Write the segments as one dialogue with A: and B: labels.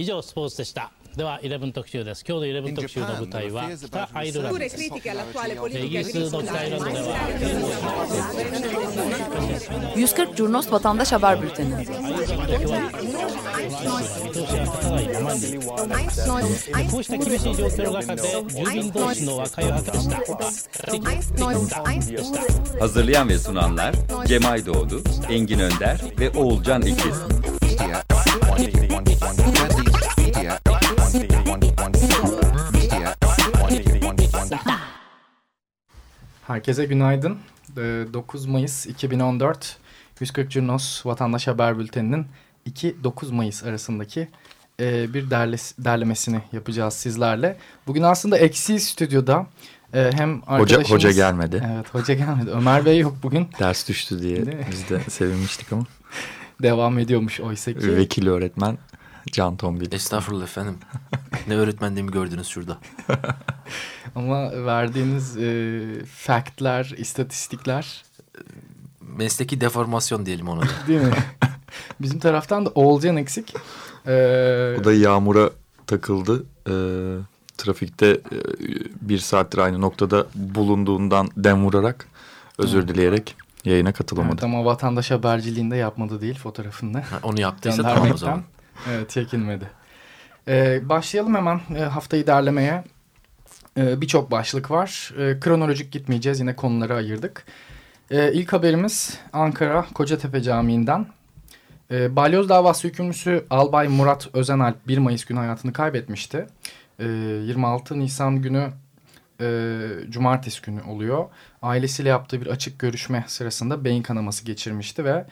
A: 以上スポーツでした。では11特集です。今日の11特集の舞台は北アイルランドです。イギリスの北アイルランドでは
B: 140 Curnos Vatandaş Haber Bülteni.
C: Hazırlayan ve sunanlar Cem Aydoğdu, Engin Önder ve Oğulcan İkiz.
D: Herkese günaydın. 9 Mayıs 2014 140 Curnos Vatandaş Haber Bülteni'nin 2-9 Mayıs arasındaki bir derlemesini yapacağız sizlerle. Bugün aslında eksi stüdyoda hem arkadaşımız...
E: Hoca gelmedi.
D: Evet, hoca gelmedi. Ömer Bey yok bugün.
E: Ders düştü diye biz de sevinmiştik ama.
D: Devam ediyormuş oysa ki.
E: Vekil öğretmen Can Tombil.
F: Estağfurullah efendim. Ne öğretmenliğimi gördünüz şurada.
D: Ama verdiğiniz factler, istatistikler...
F: Mesleki deformasyon diyelim ona da.
D: Değil mi? Bizim taraftan da Oğulcan eksik.
E: O da yağmura takıldı. Trafikte 1 saattir aynı noktada bulunduğundan dem vurarak özür dileyerek yayına katılamadı.
D: Evet, ama vatandaş haberciliğinde yapmadı değil fotoğrafında.
F: Onu yaptıysa tamam o zaman.
D: Evet, çekinmedi. Başlayalım hemen haftayı derlemeye. Birçok başlık var. Kronolojik gitmeyeceğiz. Yine konuları ayırdık. İlk haberimiz Ankara Kocatepe Camii'nden. Balyoz davası hükümlüsü Albay Murat Özenalp 1 Mayıs günü hayatını kaybetmişti. 26 Nisan günü cumartesi günü oluyor. Ailesiyle yaptığı bir açık görüşme sırasında beyin kanaması geçirmişti ve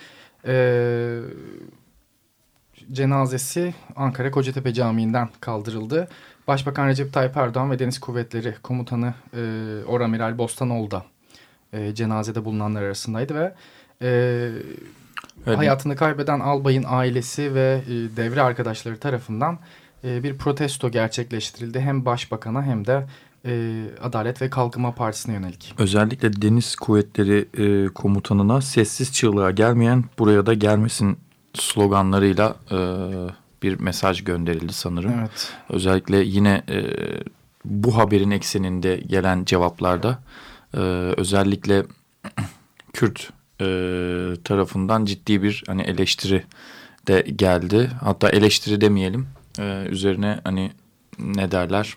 D: cenazesi Ankara Kocatepe Camii'nden kaldırıldı. Başbakan Recep Tayyip Erdoğan ve Deniz Kuvvetleri Komutanı Oramiral Bostanoğlu da cenazede bulunanlar arasındaydı ve hayatını kaybeden albayın ailesi ve devre arkadaşları tarafından bir protesto gerçekleştirildi. Hem başbakana hem de Adalet ve Kalkınma Partisi'ne yönelik.
E: Özellikle Deniz Kuvvetleri Komutanı'na sessiz çığlığa gelmeyen buraya da gelmesin sloganlarıyla bir mesaj gönderildi sanırım.
D: Evet.
E: Özellikle yine bu haberin ekseninde gelen cevaplarda özellikle Kürt tarafından ciddi bir hani eleştiri de geldi. Hatta eleştiri demeyelim. Üzerine hani ne derler?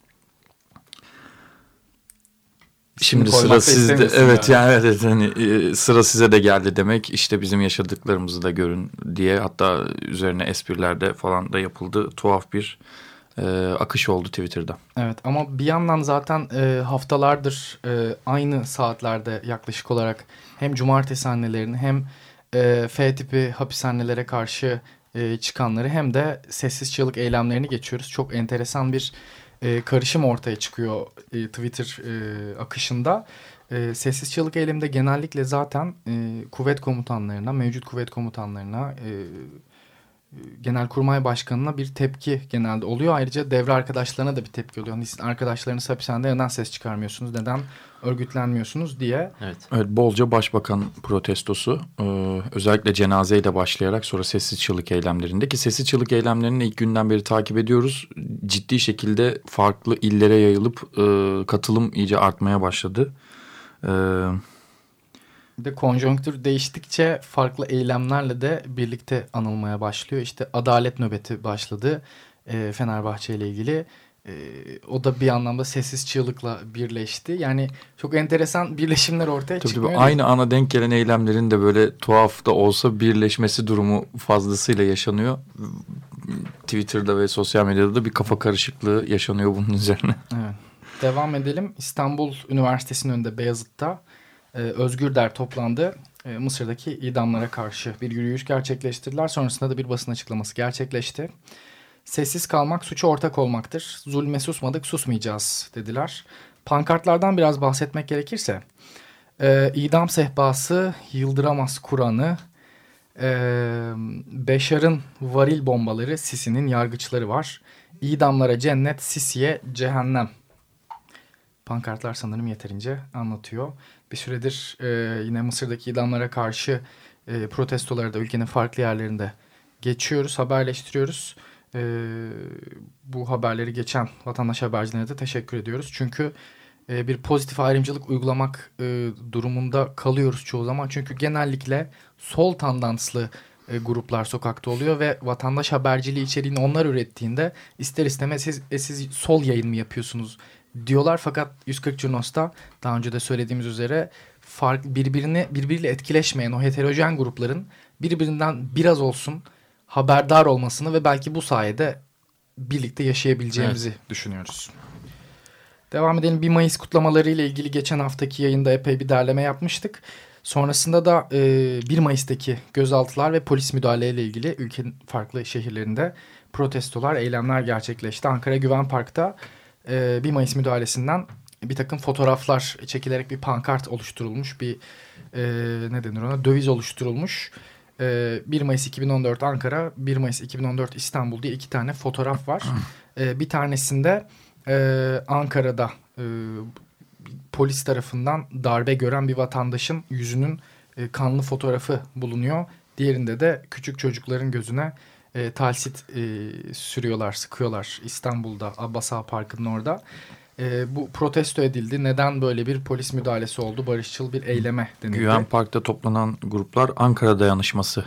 E: Şimdi sıra sizde. Evet yani evet hani sıra size de geldi demek. İşte bizim yaşadıklarımızı da görün diye, hatta üzerine esprilerde falan da yapıldı. Tuhaf bir akış oldu Twitter'da.
D: Evet, ama bir yandan zaten haftalardır aynı saatlerde yaklaşık olarak hem cumartesi annelerini hem F tipi hapishanelere karşı çıkanları hem de sessiz çığlık eylemlerini geçiyoruz. Çok enteresan bir karışım ortaya çıkıyor Twitter akışında. Sessiz çığlık eyleminde genellikle zaten kuvvet komutanlarına, mevcut kuvvet komutanlarına, Genelkurmay Başkanı'na bir tepki genelde oluyor. Ayrıca devre arkadaşlarına da bir tepki oluyor. Hani siz arkadaşlarınız hapishanede neden ses çıkarmıyorsunuz, neden örgütlenmiyorsunuz diye.
E: Evet, bolca başbakan protestosu. Özellikle cenazeyle başlayarak sonra sessiz çığlık eylemlerinde, ki sessiz çığlık eylemlerini ilk günden beri takip ediyoruz. Ciddi şekilde farklı illere yayılıp katılım iyice artmaya başladı.
D: Bir de konjonktür değiştikçe farklı eylemlerle de birlikte anılmaya başlıyor. İşte adalet nöbeti başladı Fenerbahçe ile ilgili. O da bir anlamda sessiz çığlıkla birleşti. Yani çok enteresan birleşimler ortaya çıkmıyor.
E: Tabii aynı ana denk gelen eylemlerin de böyle tuhaf da olsa birleşmesi durumu fazlasıyla yaşanıyor. Twitter'da ve sosyal medyada da bir kafa karışıklığı yaşanıyor bunun üzerine.
D: Evet. Devam edelim. İstanbul Üniversitesi'nin önünde Beyazıt'ta Özgür Der toplandı. Mısır'daki idamlara karşı bir yürüyüş gerçekleştirdiler. Sonrasında da bir basın açıklaması gerçekleşti. Sessiz kalmak suça ortak olmaktır. Zulme susmadık, susmayacağız dediler. Pankartlardan biraz bahsetmek gerekirse idam sehpası, yıldıramaz Kur'an'ı, Beşar'ın varil bombaları, Sisi'nin yargıçları var. İdamlara cennet, Sisi'ye cehennem. Pankartlar sanırım yeterince anlatıyor. Bir süredir yine Mısır'daki idamlara karşı protestoları da ülkenin farklı yerlerinde geçiyoruz, haberleştiriyoruz. Bu haberleri geçen vatandaş habercilere de teşekkür ediyoruz. Çünkü bir pozitif ayrımcılık uygulamak durumunda kalıyoruz çoğu zaman. Çünkü genellikle sol tandanslı gruplar sokakta oluyor ve vatandaş haberciliği içeriğini onlar ürettiğinde ister istemez siz sol yayın mı yapıyorsunuz diyorlar. Fakat 140 Curnos'ta daha önce de söylediğimiz üzere birbiriyle etkileşmeyen o heterojen grupların birbirinden biraz olsun haberdar olmasını ve belki bu sayede birlikte yaşayabileceğimizi düşünüyoruz. Devam edelim. 1 Mayıs kutlamaları ile ilgili geçen haftaki yayında epey bir derleme yapmıştık. Sonrasında da 1 Mayıs'taki gözaltılar ve polis müdahaleyle ilgili ülkenin farklı şehirlerinde protestolar, eylemler gerçekleşti. Ankara Güven Park'ta 1 Mayıs müdahalesinden bir takım fotoğraflar çekilerek bir pankart oluşturulmuş. Bir ne denir ona? Döviz oluşturulmuş. 1 Mayıs 2014 Ankara, 1 Mayıs 2014 İstanbul diye 2 tane fotoğraf var. Bir tanesinde Ankara'da polis tarafından darbe gören bir vatandaşın yüzünün kanlı fotoğrafı bulunuyor. Diğerinde de küçük çocukların gözüne talsit sürüyorlar, sıkıyorlar İstanbul'da, Abbas Ağa Parkı'nın orada. Bu protesto edildi. Neden böyle bir polis müdahalesi oldu? Barışçıl bir eyleme denildi.
E: Güven Park'ta toplanan gruplar Ankara Dayanışması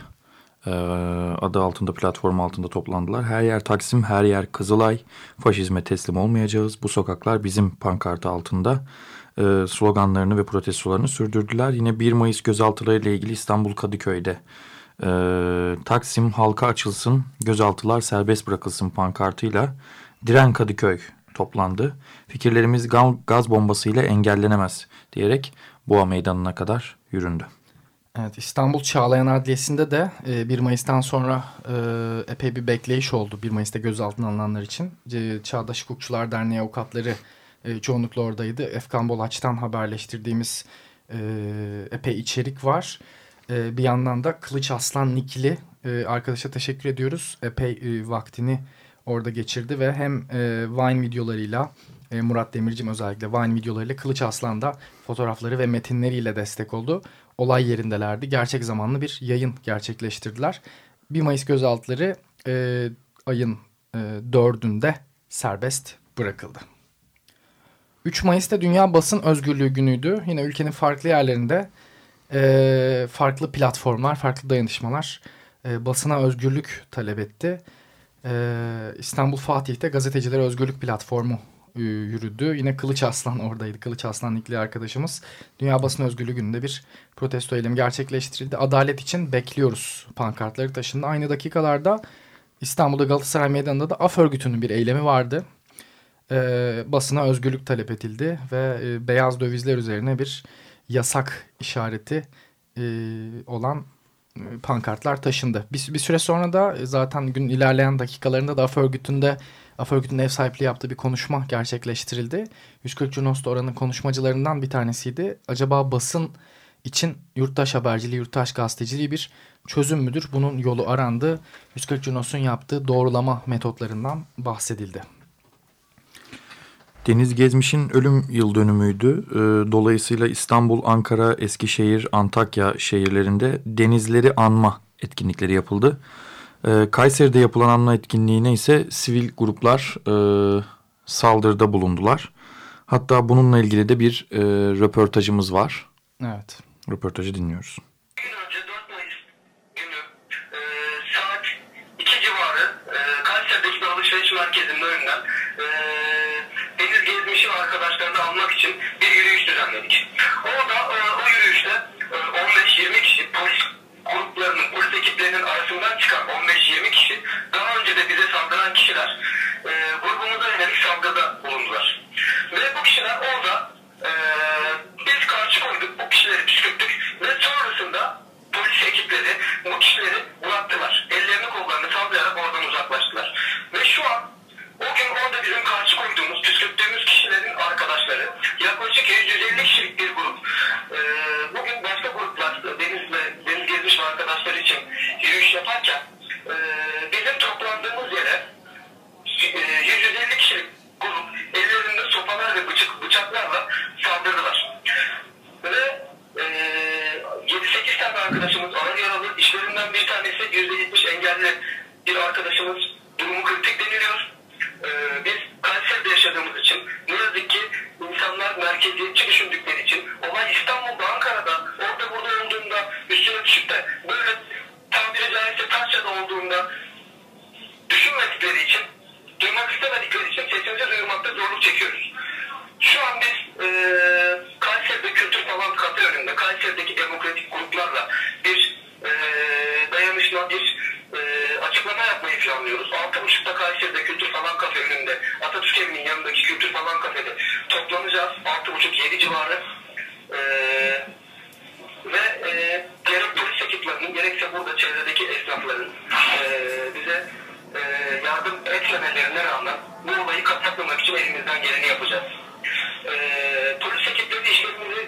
E: adı altında, platform altında toplandılar. Her yer Taksim, her yer Kızılay. Faşizme teslim olmayacağız. Bu sokaklar bizim pankartı altında sloganlarını ve protestolarını sürdürdüler. Yine 1 Mayıs gözaltılarıyla ilgili İstanbul Kadıköy'de Taksim halka açılsın, gözaltılar serbest bırakılsın pankartıyla Diren Kadıköy toplandı. Fikirlerimiz gaz bombasıyla engellenemez diyerek Boğa Meydanı'na kadar yüründü.
D: Evet, İstanbul Çağlayan Adliyesi'nde de 1 Mayıs'tan sonra epey bir bekleyiş oldu 1 Mayıs'ta gözaltına alınanlar için. Çağdaş Hukukçular Derneği avukatları çoğunlukla oradaydı. Efkan Bolaç'tan haberleştirdiğimiz epey içerik var. Bir yandan da Kılıç Aslan Nikli arkadaşa teşekkür ediyoruz. Epey vaktini orada geçirdi ve hem Vine videolarıyla Murat Demircim özellikle Vine videolarıyla Kılıç Aslan da fotoğrafları ve metinleriyle destek oldu. Olay yerindelerdi. Gerçek zamanlı bir yayın gerçekleştirdiler. 1 Mayıs gözaltıları ayın 4'ünde serbest bırakıldı. 3 Mayıs'ta Dünya Basın Özgürlüğü Günü'ydü. Yine ülkenin farklı yerlerinde farklı platformlar, farklı dayanışmalar basına özgürlük talep etti. İstanbul Fatih'te Gazeteciler Özgürlük Platformu yürüdü. Yine Kılıç Aslan oradaydı. Kılıç Aslan Nikli arkadaşımız. Dünya Basın Özgürlüğü Günü'nde bir protesto eylemi gerçekleştirildi. Adalet için bekliyoruz pankartları taşındı. Aynı dakikalarda İstanbul'da Galatasaray Meydanı'nda da AF örgütünün bir eylemi vardı. Basına özgürlük talep edildi ve beyaz dövizler üzerine bir yasak işareti olan pankartlar taşındı. Bir süre sonra da zaten günün ilerleyen dakikalarında da AF örgütünün ev sahipliği yaptığı bir konuşma gerçekleştirildi. 140 Curnos'ta oranın konuşmacılarından bir tanesiydi. Acaba basın için yurttaş haberciliği, yurttaş gazeteciliği bir çözüm müdür? Bunun yolu arandı. 140 Curnos'un yaptığı doğrulama metotlarından bahsedildi.
E: Deniz Gezmiş'in ölüm yıl dönümüydü. Dolayısıyla İstanbul, Ankara, Eskişehir, Antakya şehirlerinde denizleri anma etkinlikleri yapıldı. Kayseri'de yapılan anma etkinliğine ise sivil gruplar saldırıda bulundular. Hatta bununla ilgili de bir röportajımız var.
D: Evet.
E: Röportajı dinliyoruz.
G: Bir gün önce 4 Mayıs günü saat 2 civarı Kayseri'deki bir alışveriş merkezinin önünden Deniz Gezmiş'i ve arkadaşlarını almak için bir yürüyüş düzenledik. Orada o yürüyüşte 15-20 kişi polis gruplarının, polis ekiplerinin arasından çıkan 15-20 kişi daha önce de bize saldıran kişiler grubumuza yönelik saldırıda bulundular. Ve bu kişiler orada biz karşı koyduk, bu kişileri püskürttük ve sonrasında polis ekipleri bu kişileri bıraktılar. Ellerini kollarını sallayarak oradan uzaklaştılar. Ve şu an o gün orada bizim karşı koyduğumuz, püskürttüğümüz kişilerin arkadaşları yaklaşık 150 kişilik bir grup. Bugün başka gruplar Deniz Gezmiş ve arkadaşlar için yürüyüş yaparken bizim toplandığımız yere 150 kişilik grup ellerinde beklemelerine rağmen bu olayı kapatmamak için elimizden geleni yapacağız. Polis ekipleri işlemini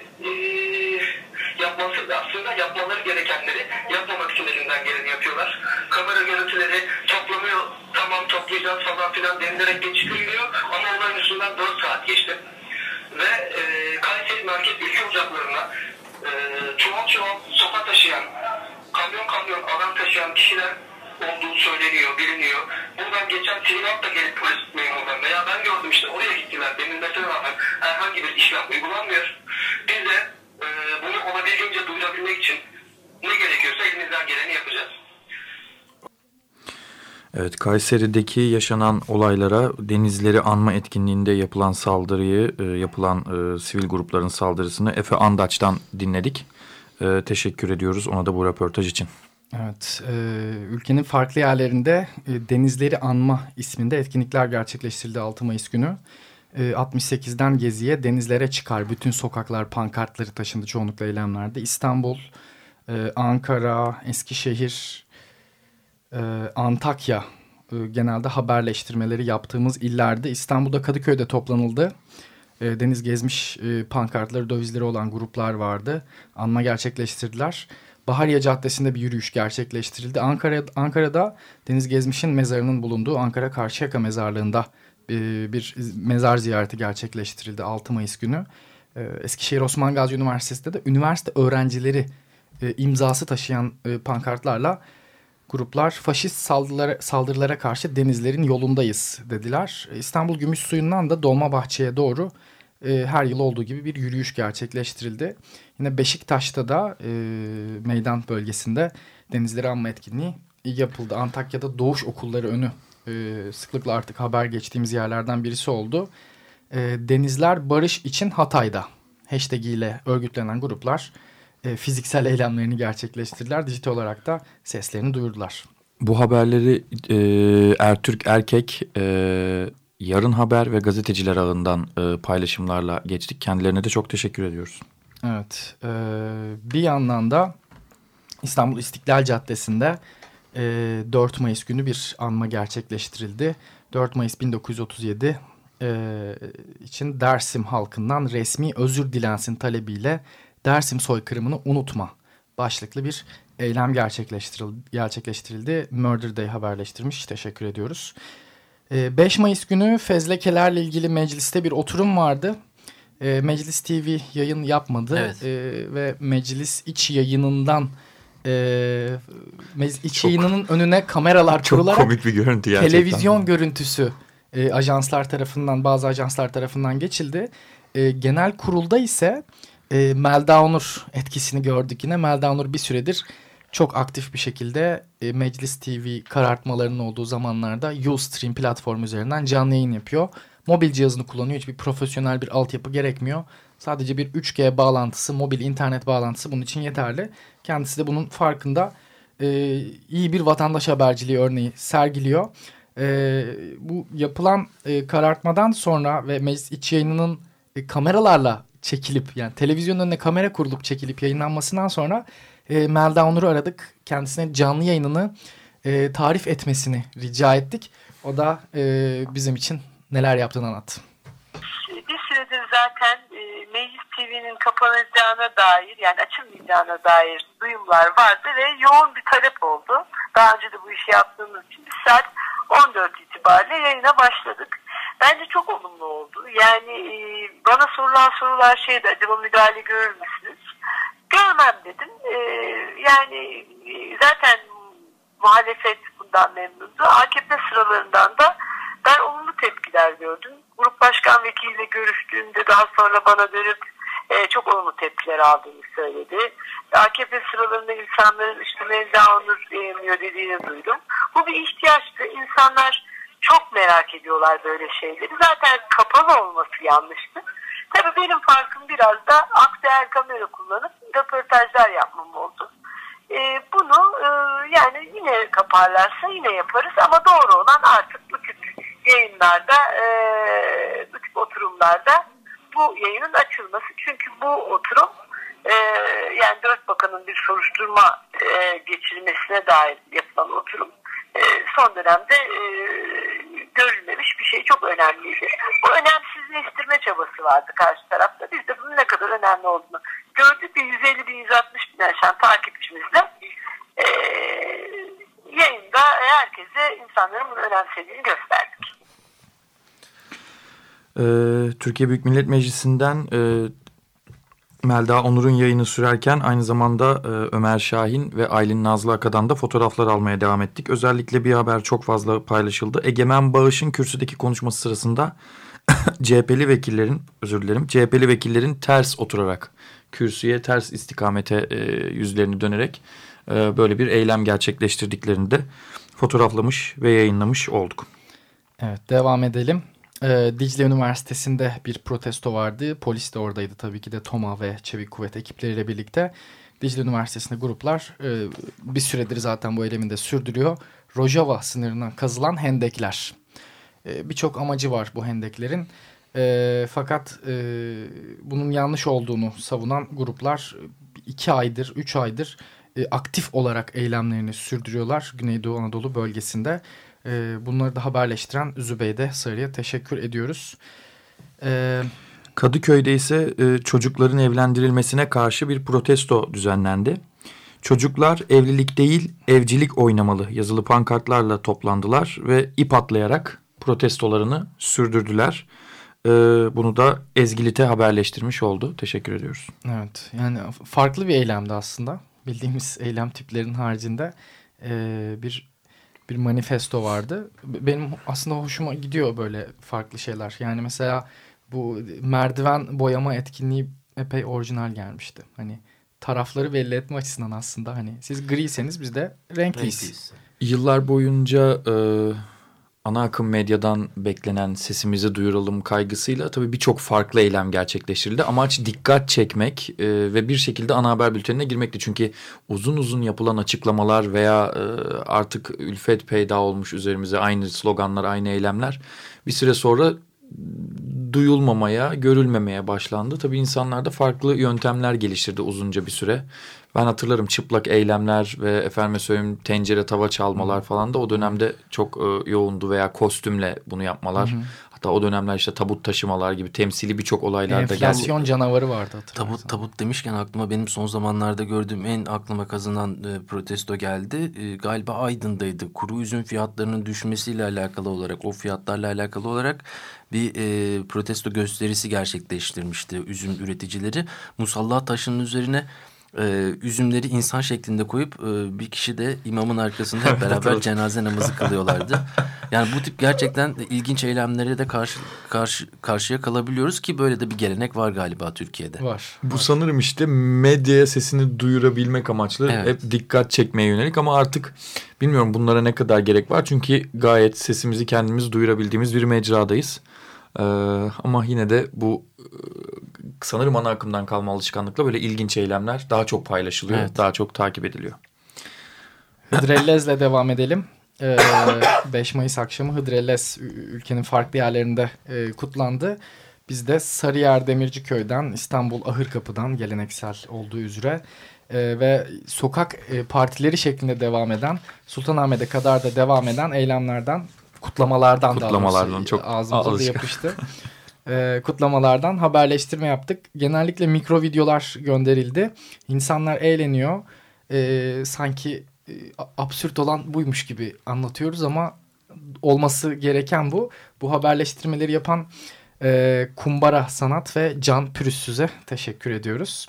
G: yapmaları gerekenleri yapmamak için elinden geleni yapıyorlar. Kamera görüntüleri toplanıyor, tamam toplayacağız falan filan denilerek geçiriliyor ama olayın üstünden 4 saat geçti. Ve Kayseri Merkez Ülke Ocakları'na çuval sopa taşıyan, kamyon alan taşıyan kişiler olduğu söyleniyor, biliniyor. Buradan geçen Sivas'ta gelip polis memurlarına veya ben gördüm işte oraya gittiler. Denilmesine rağmen herhangi bir işlem uygulanmıyor. Biz de bunu olabildiğince duyurabilmek için ne gerekiyorsa elimizden geleni yapacağız.
E: Evet, Kayseri'deki yaşanan olaylara denizleri anma etkinliğinde yapılan saldırıyı, yapılan sivil grupların saldırısını Efe Andaç'tan dinledik. Teşekkür ediyoruz ona da bu röportaj için.
D: Evet, ülkenin farklı yerlerinde denizleri anma isminde etkinlikler gerçekleştirildi 6 Mayıs günü. 68'den Gezi'ye denizlere çıkar. Bütün sokaklar pankartları taşındı çoğunlukla eylemlerde. İstanbul, Ankara, Eskişehir, Antakya genelde haberleştirmeleri yaptığımız illerde. İstanbul'da Kadıköy'de toplanıldı. Deniz gezmiş pankartları, dövizleri olan gruplar vardı. Anma gerçekleştirdiler. Bahariye Caddesi'nde bir yürüyüş gerçekleştirildi. Ankara'da Deniz Gezmiş'in mezarının bulunduğu Ankara Karşıyaka Mezarlığı'nda bir mezar ziyareti gerçekleştirildi 6 Mayıs günü. Eskişehir Osman Gazi Üniversitesi'nde de üniversite öğrencileri imzası taşıyan pankartlarla gruplar faşist saldırılara karşı denizlerin yolundayız dediler. İstanbul Gümüşsuyu'ndan da Dolmabahçe'ye doğru her yıl olduğu gibi bir yürüyüş gerçekleştirildi. Yine Beşiktaş'ta da meydan bölgesinde denizleri anma etkinliği yapıldı. Antakya'da Doğuş Okulları önü sıklıkla artık haber geçtiğimiz yerlerden birisi oldu. Denizler Barış için Hatay'da hashtag ile örgütlenen gruplar fiziksel eylemlerini gerçekleştirdiler. Dijital olarak da seslerini duyurdular.
E: Bu haberleri Ertürk Erkek, Yarın Haber ve Gazeteciler ağından paylaşımlarla geçtik. Kendilerine de çok teşekkür ediyoruz.
D: Evet. Bir yandan da İstanbul İstiklal Caddesi'nde 4 Mayıs günü bir anma gerçekleştirildi. 4 Mayıs 1937 için Dersim halkından resmi özür dilensin talebiyle Dersim soykırımını unutma başlıklı bir eylem gerçekleştirildi. Murder Day haberleştirmiş. Teşekkür ediyoruz. 5 Mayıs günü fezlekelerle ilgili mecliste bir oturum vardı. Meclis TV yayın yapmadı. Evet. Ve meclis iç yayınından yayınının önüne kameralar kurularak
E: çok komik bir görüntü gerçekten.
D: Televizyon görüntüsü bazı ajanslar tarafından geçildi. Genel kurulda ise Melda Onur etkisini gördük yine. Melda Onur bir süredir çok aktif bir şekilde Meclis TV karartmalarının olduğu zamanlarda Ustream platformu üzerinden canlı yayın yapıyor. Mobil cihazını kullanıyor. Hiçbir profesyonel bir altyapı gerekmiyor. Sadece bir 3G bağlantısı, mobil internet bağlantısı bunun için yeterli. Kendisi de bunun farkında. İyi bir vatandaş haberciliği örneği sergiliyor. Bu yapılan karartmadan sonra ve meclis iç yayınının kameralarla çekilip, yani televizyonun önüne kamera kurulup çekilip yayınlanmasından sonra Melda Onur'u aradık. Kendisine canlı yayınını tarif etmesini rica ettik. O da bizim için neler yaptığını anlattı.
H: Bir süredir zaten Meclis TV'nin kapanacağına dair, yani açılmayacağına dair duyumlar vardı ve yoğun bir talep oldu. Daha önce de bu işi yaptığımız için biz saat 14 itibariyle yayına başladık. Bence çok olumlu oldu. Yani bana sorulan sorular şeydi, acaba müdahale görür müsünüz? Görmem dedim. Yani zaten muhalefet bundan memnundu. AKP sıralarından da ben olumlu tepkiler gördüm. Grup başkan vekiliyle görüştüğümde daha sonra bana dönüp çok olumlu tepkiler aldığını söyledi. AKP sıralarında insanların işte Melda Onur yemiyor dediğini duydum. Bu bir ihtiyaçtı. İnsanlar çok merak ediyorlar böyle şeyleri. Zaten kapalı olması yanlıştı. Tabii benim farkım biraz da akdeğer kamera kullanıp röportajlar yapmam oldu. Bunu yani yine kaparlarsa yine yaparız ama doğru olan artık bu tip yayınlarda, bu tip oturumlarda bu yayının açılması. Çünkü bu oturum yani 4 bakanın bir soruşturma geçirmesine dair yapılan oturum son dönemde havası vardı karşı tarafta. Biz de bunun ne kadar önemli olduğunu gördük ve 150 bin 160 bin aşan takipçimizle yayında herkese insanların bunu önemsediğini gösterdik.
E: Türkiye Büyük Millet Meclisi'nden Melda Onur'un yayını sürerken aynı zamanda Ömer Şahin ve Aylin Nazlı Aka'dan da fotoğraflar almaya devam ettik. Özellikle bir haber çok fazla paylaşıldı. Egemen Bağış'ın kürsüdeki konuşması sırasında CHP'li vekillerin ters oturarak, kürsüye ters istikamete yüzlerini dönerek böyle bir eylem gerçekleştirdiklerini de fotoğraflamış ve yayınlamış olduk.
D: Evet, devam edelim. Dicle Üniversitesi'nde bir protesto vardı. Polis de oradaydı tabii ki de, TOMA ve Çevik Kuvvet ekipleriyle birlikte. Dicle Üniversitesi'nde gruplar bir süredir zaten bu eylemini de sürdürüyor. Rojava sınırından kazılan hendekler. Birçok amacı var bu hendeklerin. Fakat bunun yanlış olduğunu savunan gruplar 2 aydır, 3 aydır aktif olarak eylemlerini sürdürüyorlar Güneydoğu Anadolu bölgesinde. Bunları da haberleştiren Zübeyde Sarı'ya teşekkür ediyoruz.
E: Kadıköy'de ise çocukların evlendirilmesine karşı bir protesto düzenlendi. Çocuklar evlilik değil evcilik oynamalı yazılı pankartlarla toplandılar ve ip atlayarak protestolarını sürdürdüler. Bunu da Ezgilit'e haberleştirmiş oldu. Teşekkür ediyoruz.
D: Evet, yani farklı bir eylemdi aslında. Bildiğimiz eylem tiplerinin haricinde bir manifesto vardı. Benim aslında hoşuma gidiyor böyle farklı şeyler. Yani mesela bu merdiven boyama etkinliği epey orijinal gelmişti. Hani tarafları belli etme açısından aslında, hani siz griyseniz biz de renkliyiz.
E: Yıllar boyunca ana akım medyadan beklenen sesimizi duyuralım kaygısıyla tabii birçok farklı eylem gerçekleştirildi. Amaç dikkat çekmek ve bir şekilde ana haber bültenine girmekti. Çünkü uzun uzun yapılan açıklamalar veya artık ülfet peyda olmuş üzerimize aynı sloganlar, aynı eylemler bir süre sonra duyulmamaya, görülmemeye başlandı. Tabii insanlar da farklı yöntemler geliştirdi uzunca bir süre. Ben hatırlarım çıplak eylemler ve efendime söyleyeyim tencere tava çalmalar falan da o dönemde çok yoğundu veya kostümle bunu yapmalar. Hatta o dönemler işte tabut taşımalar gibi temsili birçok olaylarda geldi.
D: Enflasyon canavarı vardı hatırlarsan.
F: Tabut demişken aklıma benim son zamanlarda gördüğüm en aklıma kazınan protesto geldi. Galiba Aydın'daydı. Kuru üzüm fiyatlarının düşmesiyle alakalı olarak, o fiyatlarla alakalı olarak bir protesto gösterisi gerçekleştirmişti üzüm üreticileri. Musalla taşının üzerine üzümleri insan şeklinde koyup bir kişi de imamın arkasında hep beraber cenaze namazı kılıyorlardı. Yani bu tip gerçekten ilginç eylemlere de karşıya kalabiliyoruz ki böyle de bir gelenek var galiba Türkiye'de.
D: Var.
E: Bu sanırım işte medyaya sesini duyurabilmek amaçlı
F: evet.
E: Hep dikkat çekmeye yönelik ama artık bilmiyorum bunlara ne kadar gerek var. Çünkü gayet sesimizi kendimiz duyurabildiğimiz bir mecradayız. Ama yine de bu sanırım ana akımdan kalma alışkanlıkla böyle ilginç eylemler daha çok paylaşılıyor, evet. Daha çok takip ediliyor.
D: Hıdrellez'le devam edelim. 5 Mayıs akşamı Hıdrellez ülkenin farklı yerlerinde kutlandı. Biz de Sarıyer Demirciköy'den, İstanbul Ahırkapı'dan geleneksel olduğu üzere ve sokak partileri şeklinde devam eden, Sultanahmet'e kadar da devam eden eylemlerden, kutlamalardan çok ağzımıza yapıştı. Kutlamalardan haberleştirme yaptık. Genellikle mikro videolar gönderildi. İnsanlar eğleniyor. Sanki absürt olan buymuş gibi anlatıyoruz ama olması gereken bu. Bu haberleştirmeleri yapan Kumbara Sanat ve Can Pürüzsüz'e teşekkür ediyoruz.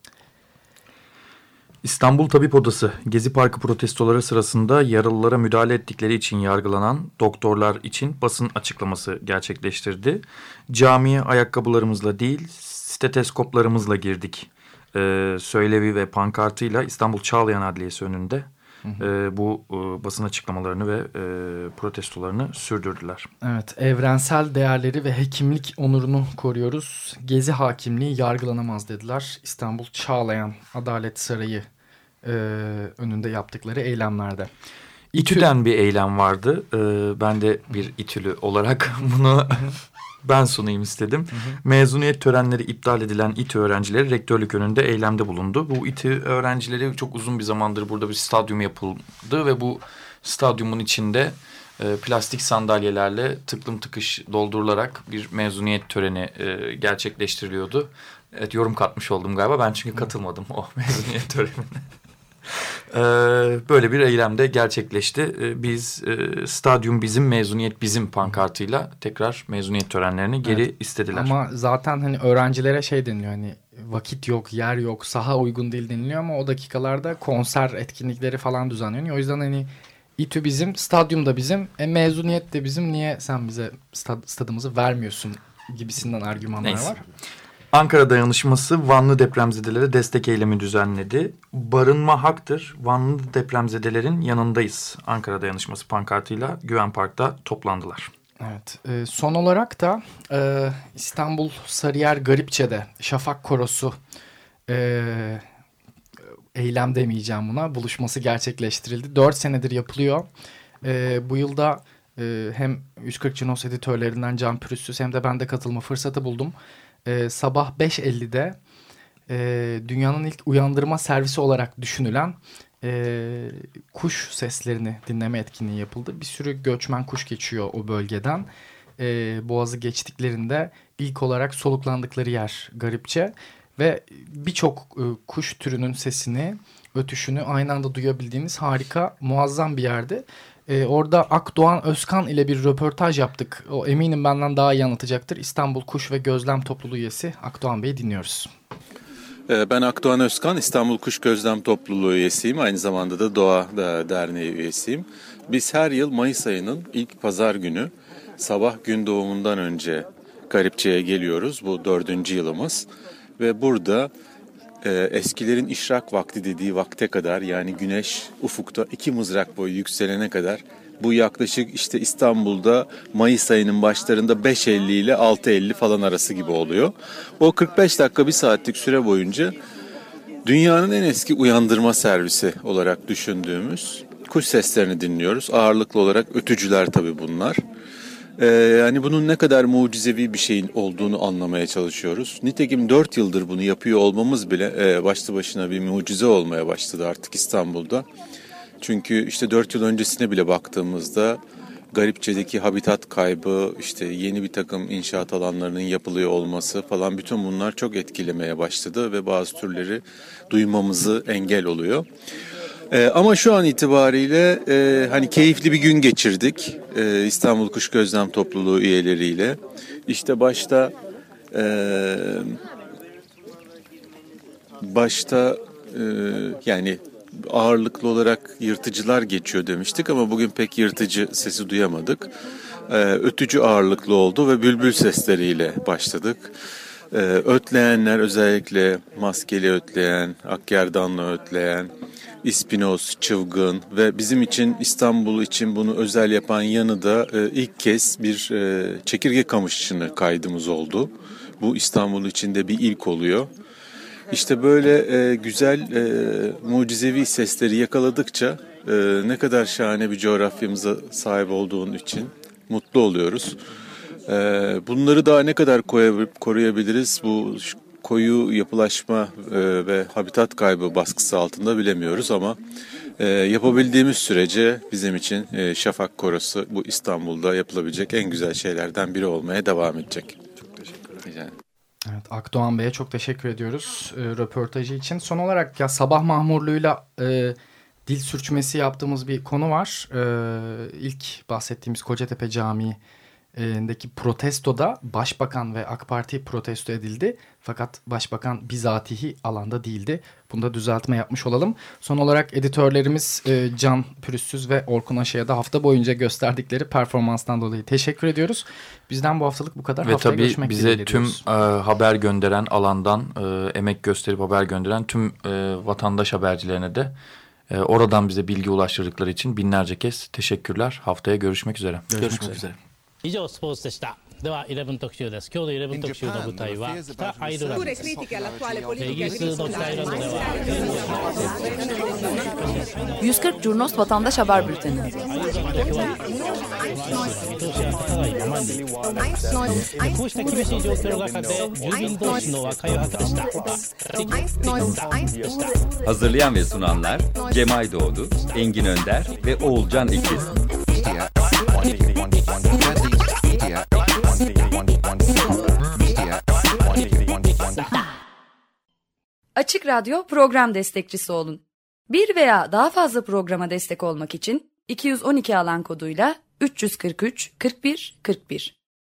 E: İstanbul Tabip Odası Gezi Parkı protestoları sırasında yaralılara müdahale ettikleri için yargılanan doktorlar için basın açıklaması gerçekleştirdi. Camiye ayakkabılarımızla değil steteskoplarımızla girdik söylevi ve pankartıyla İstanbul Çağlayan Adliyesi önünde bu basın açıklamalarını ve protestolarını sürdürdüler.
D: Evet, evrensel değerleri ve hekimlik onurunu koruyoruz. Gezi hakimliği yargılanamaz dediler. İstanbul Çağlayan Adalet Sarayı önünde yaptıkları eylemlerde.
E: İTÜ'den bir eylem vardı. Ben de bir İTÜ'lü olarak bunu ben sunayım istedim. Mezuniyet törenleri iptal edilen İTÜ öğrencileri rektörlük önünde eylemde bulundu. Bu İTÜ öğrencileri çok uzun bir zamandır burada bir stadyum yapıldı ve bu stadyumun içinde plastik sandalyelerle tıklım tıkış doldurularak bir mezuniyet töreni gerçekleştiriliyordu. Evet, yorum katmış oldum galiba. Ben çünkü katılmadım o mezuniyet törenine. Böyle bir eylemde gerçekleşti. Biz stadyum bizim, mezuniyet bizim pankartıyla tekrar mezuniyet törenlerini geri istediler.
D: Ama zaten hani öğrencilere şey deniliyor, hani vakit yok, yer yok, saha uygun değil deniliyor ama o dakikalarda konser etkinlikleri falan düzenleniyor. O yüzden hani İTÜ bizim, stadyum da bizim, mezuniyet de bizim, niye sen bize stadımızı vermiyorsun gibisinden argümanlar var.
E: Ankara Dayanışması Vanlı depremzedelere destek eylemi düzenledi. Barınma haktır, Vanlı depremzedelerin yanındayız. Ankara Dayanışması pankartıyla Güven Park'ta toplandılar.
D: Evet. Son olarak da İstanbul Sarıyer Garipçe'de Şafak Korosu eylem demeyeceğim buna, buluşması gerçekleştirildi. 4 senedir yapılıyor. Bu yılda hem 140 Cinos editörlerinden Can Pürüzsüz hem de ben de katılma fırsatı buldum. Sabah 5.50'de dünyanın ilk uyandırma servisi olarak düşünülen kuş seslerini dinleme etkinliği yapıldı. Bir sürü göçmen kuş geçiyor o bölgeden. Boğazı geçtiklerinde ilk olarak soluklandıkları yer Garipçe ve birçok kuş türünün sesini, ötüşünü aynı anda duyabildiğiniz harika, muazzam bir yerdi. Orada Akdoğan Özkan ile bir röportaj yaptık. O eminim benden daha iyi anlatacaktır. İstanbul Kuş ve Gözlem Topluluğu üyesi Akdoğan Bey'i dinliyoruz.
I: Ben Akdoğan Özkan, İstanbul Kuş Gözlem Topluluğu üyesiyim. Aynı zamanda da Doğa Derneği üyesiyim. Biz her yıl Mayıs ayının ilk pazar günü sabah gün doğumundan önce Garipçe'ye geliyoruz. Bu 4. yılımız. Ve burada eskilerin işrak vakti dediği vakte kadar, yani güneş ufukta 2 mızrak boyu yükselene kadar, bu yaklaşık işte İstanbul'da Mayıs ayının başlarında 5.50 ile 6.50 falan arası gibi oluyor. O 45 dakika 1 saatlik süre boyunca dünyanın en eski uyandırma servisi olarak düşündüğümüz kuş seslerini dinliyoruz. Ağırlıklı olarak ötücüler tabii bunlar. Yani bunun ne kadar mucizevi bir şeyin olduğunu anlamaya çalışıyoruz. Nitekim 4 yıldır bunu yapıyor olmamız bile başlı başına bir mucize olmaya başladı artık İstanbul'da. Çünkü işte 4 yıl öncesine bile baktığımızda Garipçe'deki habitat kaybı, işte yeni bir takım inşaat alanlarının yapılıyor olması falan, bütün bunlar çok etkilemeye başladı ve bazı türleri duymamızı engel oluyor. Ama şu an itibariyle hani keyifli bir gün geçirdik İstanbul Kuş Gözlem Topluluğu üyeleriyle. İşte başta yani ağırlıklı olarak yırtıcılar geçiyor demiştik ama bugün pek yırtıcı sesi duyamadık. Ötücü ağırlıklı oldu ve bülbül sesleriyle başladık. Ötleyenler, özellikle maskeli ötleyen, akgerdanlı ötleyen, İspinoz, çılgın ve bizim için, İstanbul için bunu özel yapan yanı da ilk kez bir çekirge kamışçını kaydımız oldu. Bu İstanbul için de bir ilk oluyor. İşte böyle güzel, mucizevi sesleri yakaladıkça ne kadar şahane bir coğrafyamıza sahip olduğun için mutlu oluyoruz. Bunları daha ne kadar koruyabiliriz? Bu koyu yapılaşma ve habitat kaybı baskısı altında bilemiyoruz ama yapabildiğimiz sürece bizim için Şafak Korosu bu İstanbul'da yapılabilecek en güzel şeylerden biri olmaya devam edecek. Çok teşekkür ederim.
D: Evet, Akdoğan Bey'e çok teşekkür ediyoruz röportajı için. Son olarak ya sabah mahmurluğuyla dil sürçmesi yaptığımız bir konu var. İlk bahsettiğimiz Kocatepe Camii'ndeki protestoda Başbakan ve AK Parti protesto edildi. Fakat Başbakan bizatihi alanda değildi. Bunda düzeltme yapmış olalım. Son olarak editörlerimiz Can Pürüzsüz ve Orkun Aşı'ya da hafta boyunca gösterdikleri performanstan dolayı teşekkür ediyoruz. Bizden bu haftalık bu kadar.
E: Ve
D: haftaya
E: tabii
D: görüşmek
E: bize tüm haber gönderen, alandan emek gösterip haber gönderen tüm vatandaş habercilerine de oradan bize bilgi ulaştırdıkları için binlerce kez teşekkürler. Haftaya görüşmek üzere.
F: Görüşmek üzere.
A: 以上スポーツでした。では11特集です。今日の11特集の舞台は北アイルランドです。イギリスの北アイルランドでは
B: 140 Curnos Vatandaş Haber Bülteni.
C: Hazırlayan ve sunanlar Cemay Doğdu, Engin Önder ve Oğulcan İkiz.
B: Açık Radyo program destekçisi olun. Bir veya daha fazla programa destek olmak için 212 alan koduyla 343 41 41